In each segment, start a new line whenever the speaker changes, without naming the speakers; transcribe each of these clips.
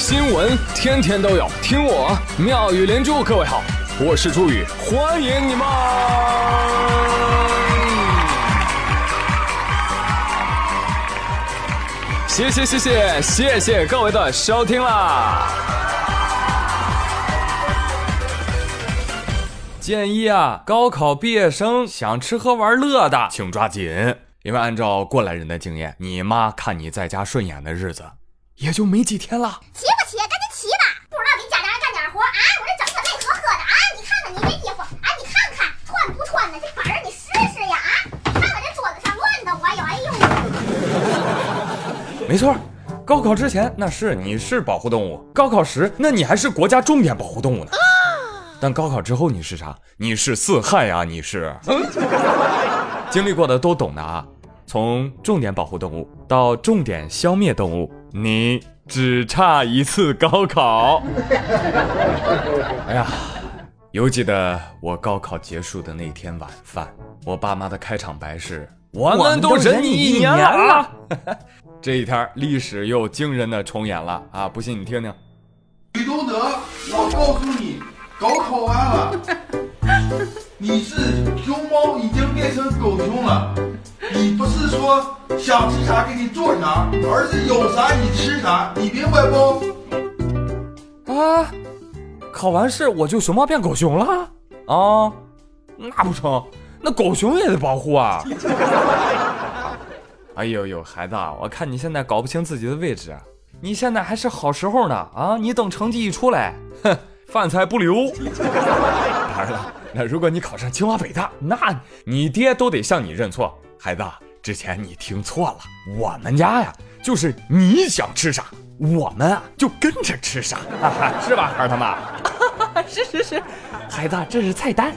新闻天天都有，听我妙语连珠。各位好，我是朱宇，欢迎你们。谢谢各位的收听啦。建议啊，高考毕业生想吃喝玩乐的，请抓紧，因为按照过来人的经验，你妈看你在家顺眼的日子也就没几天了。
骑不骑？赶紧骑吧！不知道给家里人干点活啊！我这整个累呵呵的啊！你看看你这衣服啊，你看看穿不穿的？这板儿你试试呀啊！你看看这桌子上乱的，我有哎呦！
没错，高考之前那是你是保护动物，高考时那你还是国家重点保护动物呢。但高考之后你是啥？你是四害啊！你是，经历过的都懂的啊。从重点保护动物到重点消灭动物，你只差一次高考。哎呀，犹记得我高考结束的那天晚饭，我爸妈的开场白是：我们都忍你1年了。这一天历史又惊人的重演了啊！不信你听听。
吕东德，我告诉你，高考完了，你是熊猫已经变成狗熊了。你不是说想吃啥给你做啥，而是有啥你吃啥，你明白不？
啊，考完试我就熊猫变狗熊了啊？那不成，那狗熊也得保护啊！哎呦，孩子，我看你现在搞不清自己的位置，你现在还是好时候呢啊！你等成绩一出来，哼，饭菜不留。当然了，那如果你考上清华北大，那你爹都得向你认错。孩子，之前你听错了，我们家呀，就是你想吃啥，我们啊就跟着吃啥，是吧，儿他妈？是，孩子，这是菜单。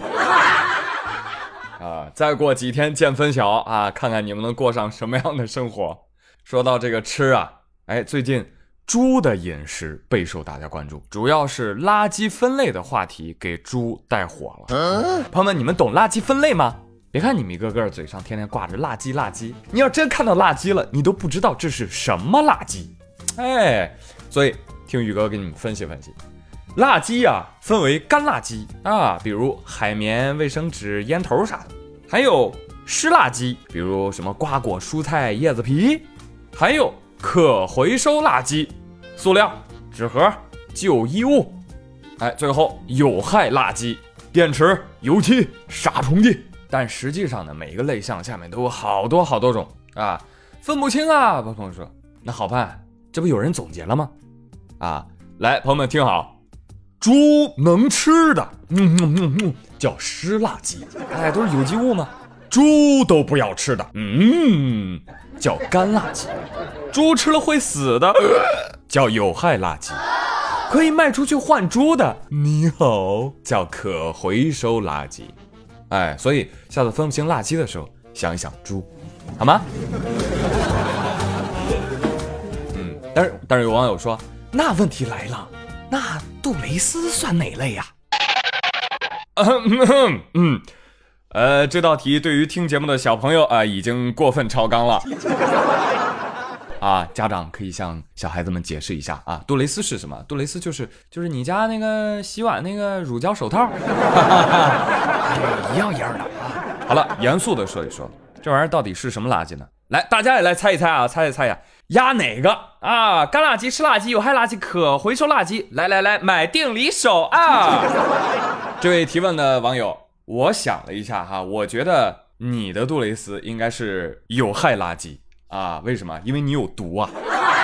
啊，再过几天见分晓啊，看看你们能过上什么样的生活。说到这个吃啊，最近猪的饮食备受大家关注，主要是垃圾分类的话题给猪带火了。朋友们，你们懂垃圾分类吗？别看你们一个个嘴上天天挂着垃圾，你要真看到垃圾了，你都不知道这是什么垃圾。所以听宇哥给你们分析分析。垃圾啊，分为干垃圾啊，比如海绵、卫生纸、烟头啥的；还有湿垃圾，比如什么瓜果、蔬菜、叶子皮；还有可回收垃圾，塑料、纸盒、旧衣物；最后有害垃圾，电池、油漆、杀虫剂。但实际上呢，每个类项下面都有好多种啊，分不清啊。朋友说，那好办，这不有人总结了吗？来，朋友们听好。猪能吃的，叫湿垃圾，都是有机物吗？猪都不要吃的，叫干垃圾。猪吃了会死的，叫有害垃圾。可以卖出去换猪的，你好，叫可回收垃圾。所以下次分不清垃圾的时候，想一想猪，好吗？但是有网友说，那问题来了。那杜蕾斯算哪类呀？这道题对于听节目的小朋友已经过分超纲了。家长可以向小孩子们解释一下杜蕾斯是什么？杜蕾斯就是你家那个洗碗那个乳胶手套，一样的好了，严肃的说一说，这玩意儿到底是什么垃圾呢？来，大家也来猜一猜啊，猜一猜呀。压哪个啊？干垃圾、湿垃圾、有害垃圾、可回收垃圾。来，买定离手啊！这位提问的网友，我想了一下哈，我觉得你的杜蕾斯应该是有害垃圾啊？为什么？因为你有毒啊！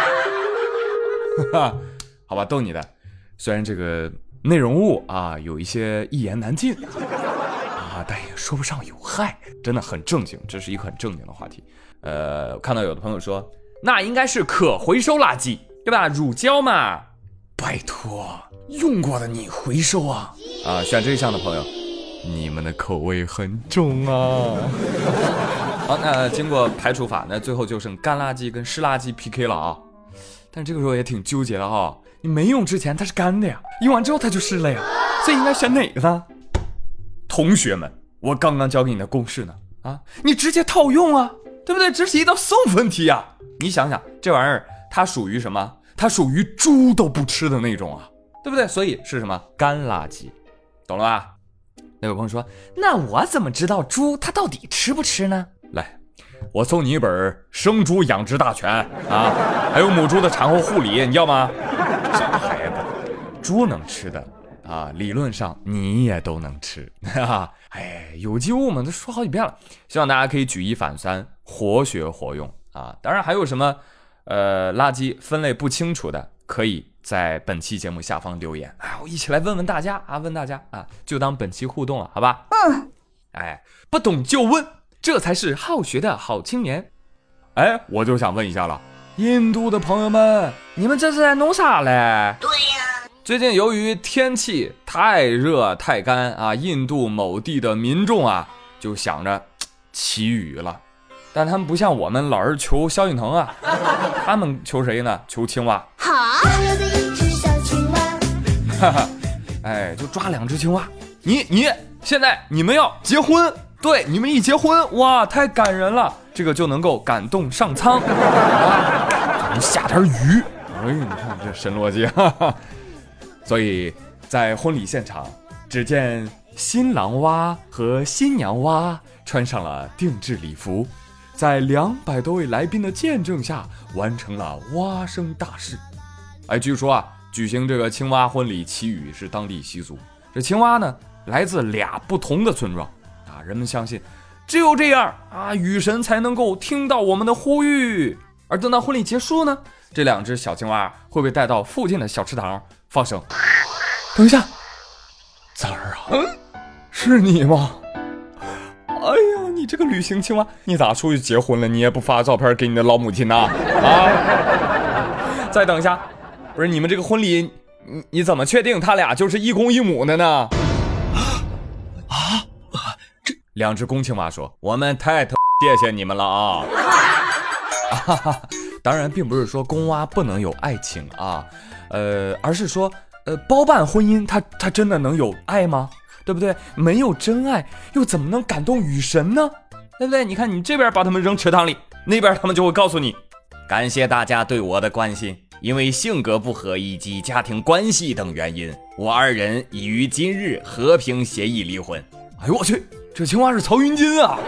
好吧，逗你的。虽然这个内容物有一些一言难尽但也说不上有害，真的很正经，这是一个很正经的话题。看到有的朋友说，那应该是可回收垃圾，对吧？乳胶嘛，拜托，用过的你回收啊！选这一项的朋友，你们的口味很重啊！好，那经过排除法，那最后就剩干垃圾跟湿垃圾 PK 了啊！但这个时候也挺纠结的啊，你没用之前它是干的呀，用完之后它就湿了呀，所以应该选哪个呢？同学们，我刚刚教给你的公式呢，你直接套用啊，对不对？这是一道送分题啊！你想想，这玩意儿它属于什么？ 它属于猪都不吃的那种啊，对不对？所以是什么？干垃圾，懂了吧？那位朋友说，那我怎么知道猪它到底吃不吃呢？来，我送你一本《生猪养殖大全》啊，还有母猪的产后护理，你要吗？傻孩子，猪能吃的啊，理论上你也都能吃，哈哈。哎，有机物嘛，都说好几遍了，希望大家可以举一反三，活学活用啊。当然还有什么垃圾分类不清楚的，可以在本期节目下方留言，哎，我一起来问问大家啊，问大家啊，就当本期互动了，好吧？哎，不懂就问，这才是好学的好青年。哎，我就想问一下了，印度的朋友们，你们这是在弄啥嘞？对呀，最近由于天气太热太干啊，印度某地的民众啊就想着祈雨了，但他们不像我们老是求萧敬腾啊，他们求谁呢？求青蛙。好，哈哈，哎，就抓2只青蛙。你现在你们要结婚，对，你们一结婚，哇，太感人了，这个就能够感动上苍，就能下点雨。哎，你看这神逻辑，哈哈。所以在婚礼现场，只见新郎蛙和新娘蛙穿上了定制礼服，在200多位来宾的见证下，完成了蛙声大事。哎，据说啊，举行这个青蛙婚礼祈雨是当地习俗。这青蛙呢，来自2不同的村庄啊，人们相信，只有这样啊，雨神才能够听到我们的呼吁。而等到婚礼结束呢，这2只小青蛙会被带到附近的小池塘放生。等一下，崽儿啊，是你吗？哎呀，你这个旅行青蛙，你咋出去结婚了？你也不发照片给你的老母亲呐？啊！再等一下，不是你们这个婚礼，你怎么确定他俩就是一公一母的呢？这2只公青蛙说：“我们太谢谢你们了啊！”当然，并不是说公蛙不能有爱情啊，而是说，包办婚姻，它真的能有爱吗？对不对？没有真爱，又怎么能感动雨神呢？对不对？你看，你这边把他们扔池塘里，那边他们就会告诉你，感谢大家对我的关心，因为性格不合以及家庭关系等原因，我2人已于今日和平协议离婚。哎呦我去，这青蛙是曹云金啊！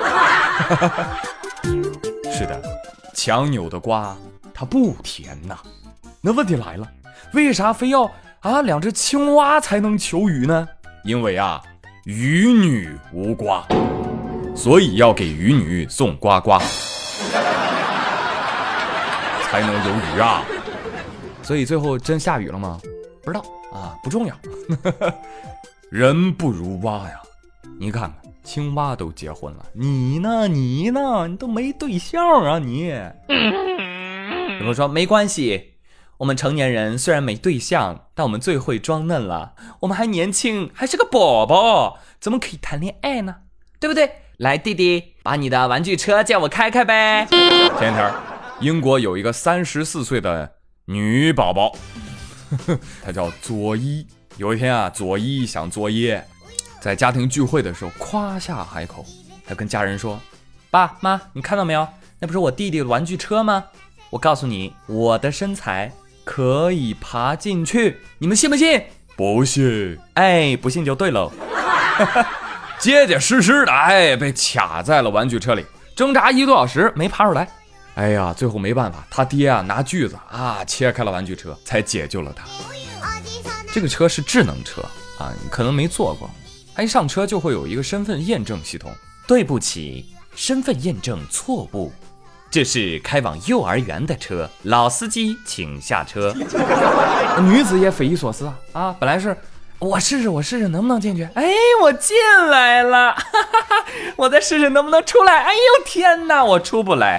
是的，强扭的瓜它不甜呐。那问题来了，为啥非要2只青蛙才能求雨呢？因为啊，雨女无瓜，所以要给雨女送呱呱，才能有雨啊。所以最后真下雨了吗？不知道啊，不重要。人不如蛙呀，你看看青蛙都结婚了，你呢？你都没对象啊你。有人说没关系，我们成年人虽然没对象，但我们最会装嫩了，我们还年轻，还是个宝宝，怎么可以谈恋爱呢？对不对？来弟弟，把你的玩具车借我开开呗。前天英国有一个34岁的女宝宝，她叫佐伊。有一天啊，佐伊想作业，在家庭聚会的时候夸下海口，她跟家人说，爸妈，你看到没有，那不是我弟弟的玩具车吗？我告诉你，我的身材可以爬进去，你们信不信？不信。哎，不信就对喽。结结实实的，哎，被卡在了玩具车里，挣扎1个多小时没爬出来。哎呀，最后没办法，他爹啊拿锯子啊切开了玩具车，才解救了他。这个车是智能车啊，你可能没坐过，他一上车就会有一个身份验证系统。对不起，身份验证错误。这是开往幼儿园的车，老司机请下车。女子也匪夷所思啊，本来是我试试能不能进去，哎，我进来了，哈哈哈，我再试试能不能出来，哎呦天哪，我出不来。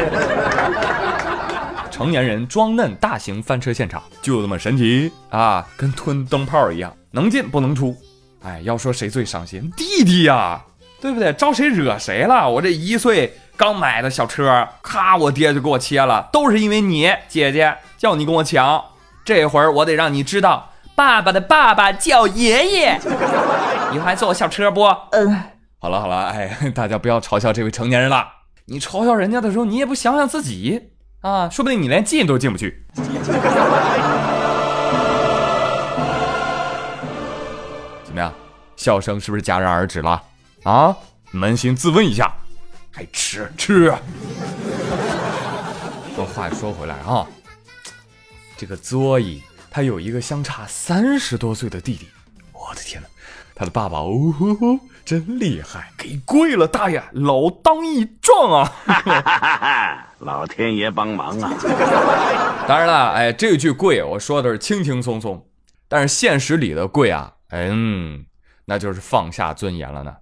成年人装嫩大型翻车现场就这么神奇啊，跟吞灯泡一样，能进不能出。哎，要说谁最伤心，弟弟呀，对不对？招谁惹谁了？我这1岁刚买的小车，咔，我爹就给我切了，都是因为你姐姐叫你跟我抢。这会儿我得让你知道，爸爸的爸爸叫爷爷。以后还坐我小车不？好了，哎，大家不要嘲笑这位成年人了。你嘲笑人家的时候，你也不想想自己啊，说不定你连进都进不去。怎么样，笑声是不是戛然而止了啊？扪心自问一下，还吃。话说回来啊，这个佐伊他有一个相差30多岁的弟弟，我的天哪，他的爸爸真厉害，给跪了，大爷老当益壮啊！
老天爷帮忙啊！
当然了，这句跪我说的是轻轻松松，但是现实里的跪啊，那就是放下尊严了呢。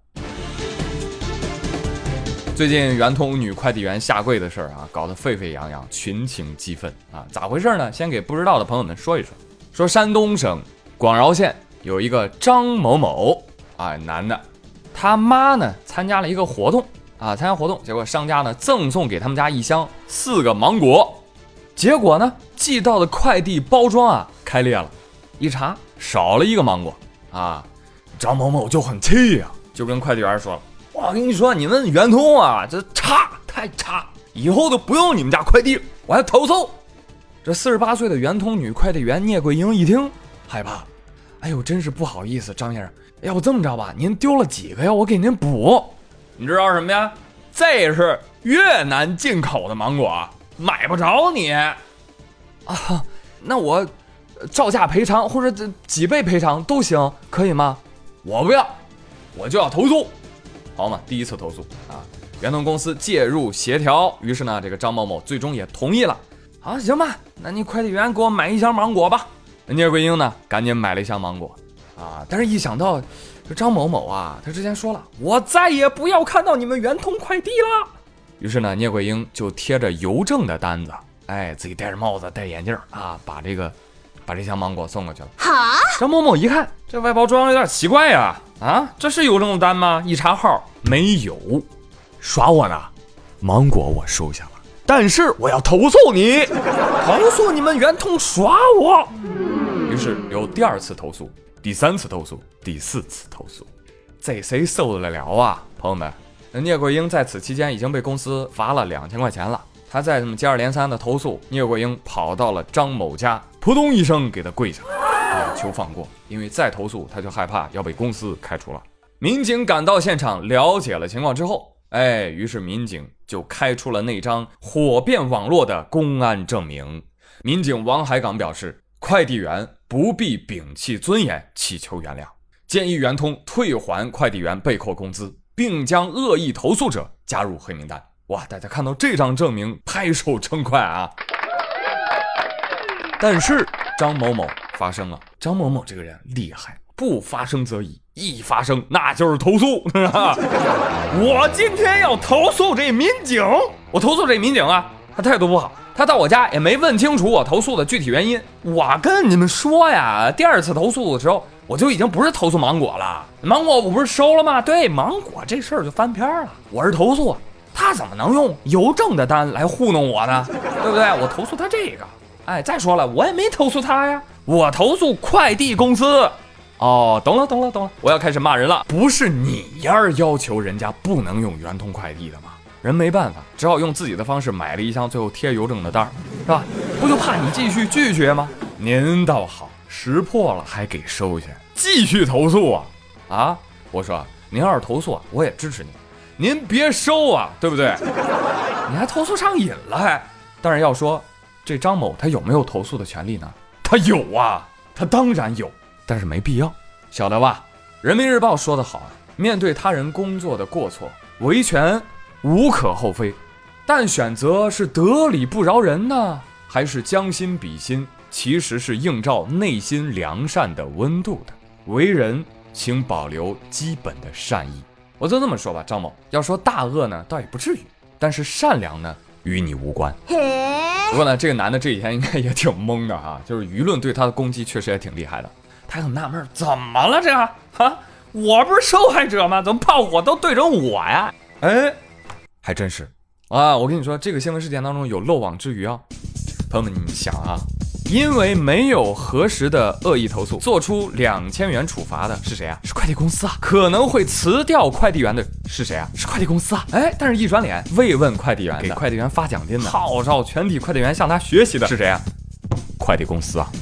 最近圆通女快递员下跪的事儿啊，搞得沸沸扬扬，群情激愤啊！咋回事呢？先给不知道的朋友们说一说。说山东省广饶县有一个张某某啊，男的，他妈呢参加了一个活动啊，结果商家呢赠送给他们家一箱4个芒果，结果呢寄到的快递包装啊开裂了，一查少了1个芒果啊，张某某就很气啊，就跟快递员说了。我跟你说，你们圆通啊，这太差，以后都不用你们家快递，我还投诉。这48岁的圆通女快递员聂桂英一听害怕，哎呦，真是不好意思，张先生，要不这么着吧，您丢了几个呀，我给您补。你知道什么呀？这是越南进口的芒果，买不着你啊。那我照价赔偿或者几倍赔偿都行，可以吗？我不要，我就要投诉。好嘛，第一次投诉啊，圆通公司介入协调，于是呢，这个张某某最终也同意了。好，行吧，那你快递员给我买1箱芒果吧。聂桂英呢，赶紧买了1箱芒果啊，但是一想到这张某某啊，他之前说了，我再也不要看到你们圆通快递了。于是呢，聂桂英就贴着邮政的单子，自己戴着帽子，戴眼镜啊，把这箱芒果送过去了。
哈，
张某某一看这外包装有点奇怪呀，这是邮政的单吗？一查号没有，耍我呢？芒果我收下了，但是我要投诉你，投诉你们圆通耍我。于是有第2次投诉，第3次投诉，第4次投诉，这谁受得了啊？朋友们，聂桂英在此期间已经被公司罚了2000块钱了。他再这么接二连三的投诉，聂桂英跑到了张某家，扑通一声给他跪下求放过，因为再投诉他就害怕要被公司开除了。民警赶到现场了解了情况之后，于是民警就开出了那张火遍网络的公安证明。民警王海港表示，快递员不必摒弃尊严祈求原谅，建议圆通退还快递员被扣工资，并将恶意投诉者加入黑名单。哇，大家看到这张证明拍手称快啊！但是张某某发生了，张某某这个人厉害，不发生则已，一发生那就是投诉。我今天要投诉这民警，我投诉这民警啊，他态度不好，他到我家也没问清楚我投诉的具体原因。我跟你们说呀，第2次投诉的时候，我就已经不是投诉芒果了，芒果我不是收了吗？对，芒果这事儿就翻篇了，我是投诉他怎么能用邮政的单来糊弄我呢？对不对？我投诉他这个。再说了，我也没投诉他呀，我投诉快递公司。懂了，我要开始骂人了。不是你要求人家不能用圆通快递的吗？人没办法，只好用自己的方式买了1箱，最后贴邮政的单，是吧？不就怕你继续拒绝吗？您倒好，识破了还给收下，继续投诉啊！我说您要是投诉我也支持您。您别收啊，对不对？你还投诉上瘾了还？但是要说这张某他有没有投诉的权利呢？他有啊，他当然有，但是没必要，晓得吧？人民日报说得好啊，面对他人工作的过错，维权无可厚非，但选择是得理不饶人呢，还是将心比心，其实是映照内心良善的温度的。为人请保留基本的善意。我就这么说吧，张某要说大恶呢，倒也不至于，但是善良呢，与你无关。不过呢，这个男的这几天应该也挺懵的哈，就是舆论对他的攻击确实也挺厉害的。他很纳闷，怎么了这我不是受害者吗？怎么炮火都对准我呀？还真是啊！我跟你说，这个新闻事件当中有漏网之鱼啊。朋友们，你想啊， 因为没有核实的恶意投诉，做出2000元处罚的是谁啊？是快递公司啊。可能会辞掉快递员的是谁啊？是快递公司啊。哎，但是一转脸慰问快递员的，给快递员发奖金的，号召全体快递员向他学习的是谁啊？快递公司啊。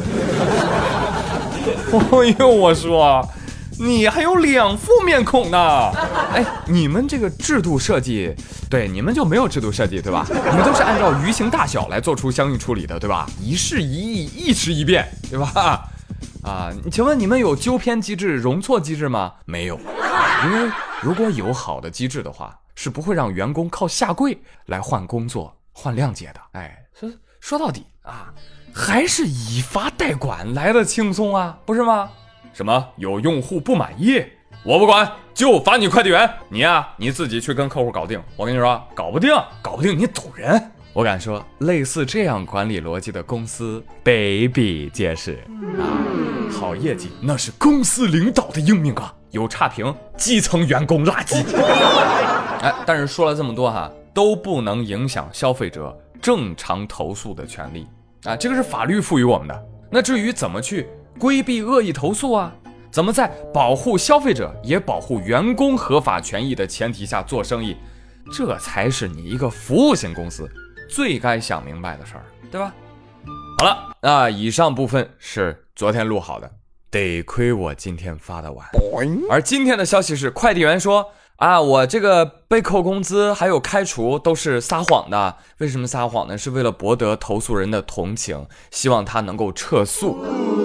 哎呦，我说你还有2副面孔呢。哎，你们这个制度设计，对，你们就没有制度设计，对吧？你们都是按照鱼形大小来做出相应处理的，对吧？一事一议，一时一变，对吧？啊，请问你们有纠偏机制、容错机制吗？没有，因为如果有好的机制的话，是不会让员工靠下跪来换工作、换谅解的。哎，说到底啊，还是以罚代管来的轻松啊，不是吗？什么有用户不满意，我不管，就罚你快递员。你呀，你自己去跟客户搞定。我跟你说，搞不定你走人。我敢说，类似这样管理逻辑的公司比比皆是啊。好业绩那是公司领导的英明啊，有差评，基层员工垃圾。哎，但是说了这么多哈，都不能影响消费者正常投诉的权利啊，这个是法律赋予我们的。那至于怎么去规避恶意投诉啊，怎么在保护消费者也保护员工合法权益的前提下做生意，这才是你一个服务型公司最该想明白的事儿，对吧？好了，那以上部分是昨天录好的，得亏我今天发的晚。而今天的消息是，快递员说啊，我这个被扣工资还有开除都是撒谎的。为什么撒谎呢？是为了博得投诉人的同情，希望他能够撤诉。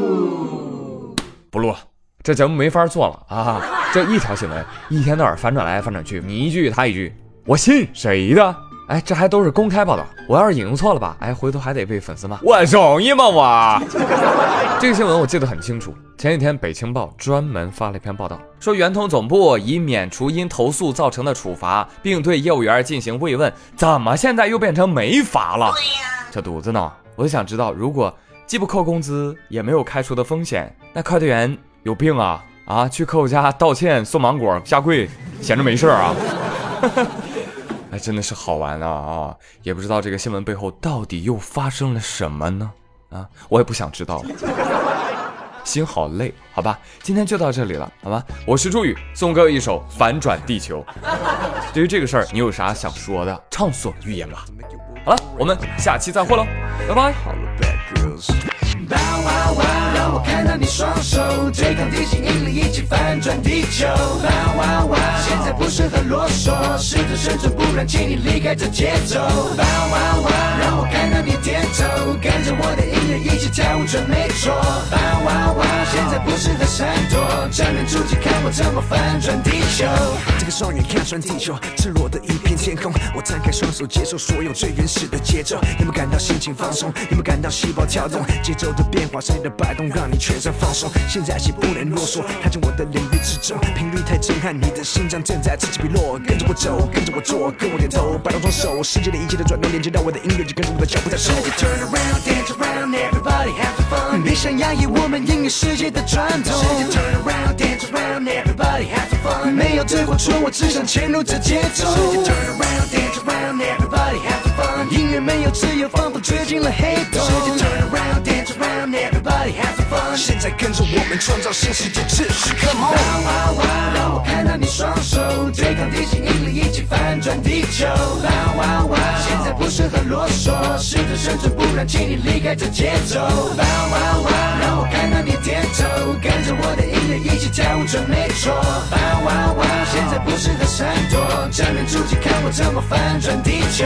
不录了，这节目没法做了啊！这一条新闻一天到晚翻转来翻转去，你一句他一句，我信谁的？哎，这还都是公开报道，我要是引用错了吧？哎，回头还得被粉丝骂，我容易吗我？这个新闻我记得很清楚，前几天北青报专门发了一篇报道，说圆通总部已免除因投诉造成的处罚，并对业务员进行慰问，怎么现在又变成没罚了？这犊子呢？我就想知道，如果既不扣工资也没有开除的风险，那快递员有病啊！啊，去客户家道歉送芒果下跪，闲着没事啊？哎，真的是好玩啊！也不知道这个新闻背后到底又发生了什么呢？啊，我也不想知道了，心好累，好吧，今天就到这里了，好吧？我是朱宇，送各位一首《反转地球》。对于这个事儿，你有啥想说的，畅所欲言吧。好了，我们下期再会喽，拜拜。
哇哇哇！让我看到你双手对抗地心引力，一起反转地球。哇哇哇！现在不是很啰嗦，试着生存，不然请你离开这节奏。哇哇哇！让我看到你点头，跟着我的音乐一起跳舞，准没错。哇哇哇！现在不是很闪躲，正面出击，看我怎么反转地球。这个双眼看穿地球，赤裸的一片天空。我张开双手，接受所有最原始的节奏。有没有感到心情放松？有没有感到细胞跳动？节奏的变化，身体的摆动，让你全身放松。现在起不能啰嗦，踏进我的领域之中，频率太震撼，你的心脏正在此起彼落。跟着我走，跟着我做，跟我点头，摆动双手，世界的一切的转动连接到我的音乐，就跟着我的脚步在走。Turn around, dance around, everybody have fun。别想压抑我们音乐世界的转动。Turn around, dance around, everybody have fun。没有对或错，我只想潜入这节奏。Turn around, dance around, everybody have fun。音乐没有自由，仿佛追进了黑洞。Turn around, dance around, everybody have fun。现在跟着我们创造新世界秩序 ，Come on！ 哇哇哇！让我看到你双手对抗地心引力，一起反转地球。哇哇哇！现在不是很啰嗦，试着生存，不然请你离开这节奏。哇哇哇！让我看到你点头，跟着我的音乐一起跳舞，准没错。哇哇哇！现在不是很闪躲，正面出击，看我怎么反转地球。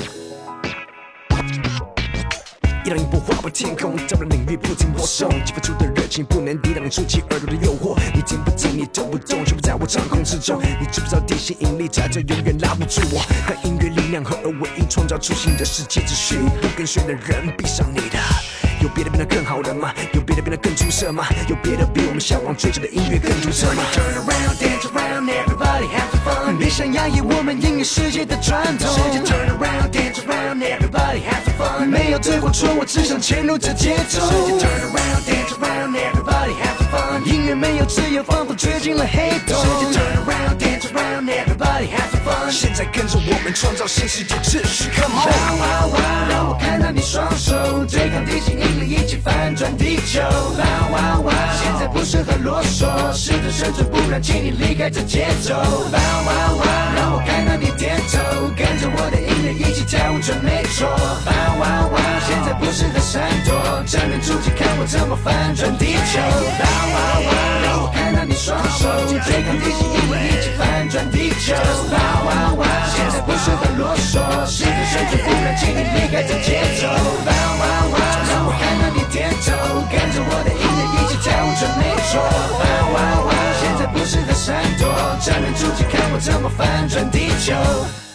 一浪一波划破天空，在我的领域不停播送，激发出的热情不能抵挡触及耳朵的诱惑。你听不听，你懂不懂，全部在我掌控之中。你知不知道地心引力在这永远拉不住我？让音乐力量合而为一，创造出新的世界秩序。不跟随的人，闭上你的。有别的变得更好的吗？有别的变得更出色吗？有别的比我们向往追求的音乐更独特吗 ？Turn around, dance around, everybody have fun。别想压抑我们音乐世界的转动。Turn around, dance around, everybody have fun。没有对或错，我只想潜入这节奏。Turn around, dance around, everybody have fun。 fun， 音乐没有自由，仿佛追进了黑洞。世界 turn around dance around everybody have fun， 现在跟着我们创造新世界秩序 ，Come on！ 哇哇哇，让我看到你双手对抗地心引力，一起翻转地球。哇哇哇，现在不适合啰嗦，试着生存，不然请你离开这节奏。哇哇哇，让我看到你点头，跟着我的音乐一起跳舞，准没错。哇哇哇，现在不适合闪躲，正面出击，看我怎么翻转地球。哇哇哇，让我看到你双手对抗地心引力，一起翻转地球。哇哇哇，现在不适合啰嗦，试着生存，不然请你离开这节奏。哇哇哇，让我看到你点头，跟着我的音乐一起跳舞，准没错。哇哇哇，现在不适合闪躲，正面出击，看我怎么翻转地球。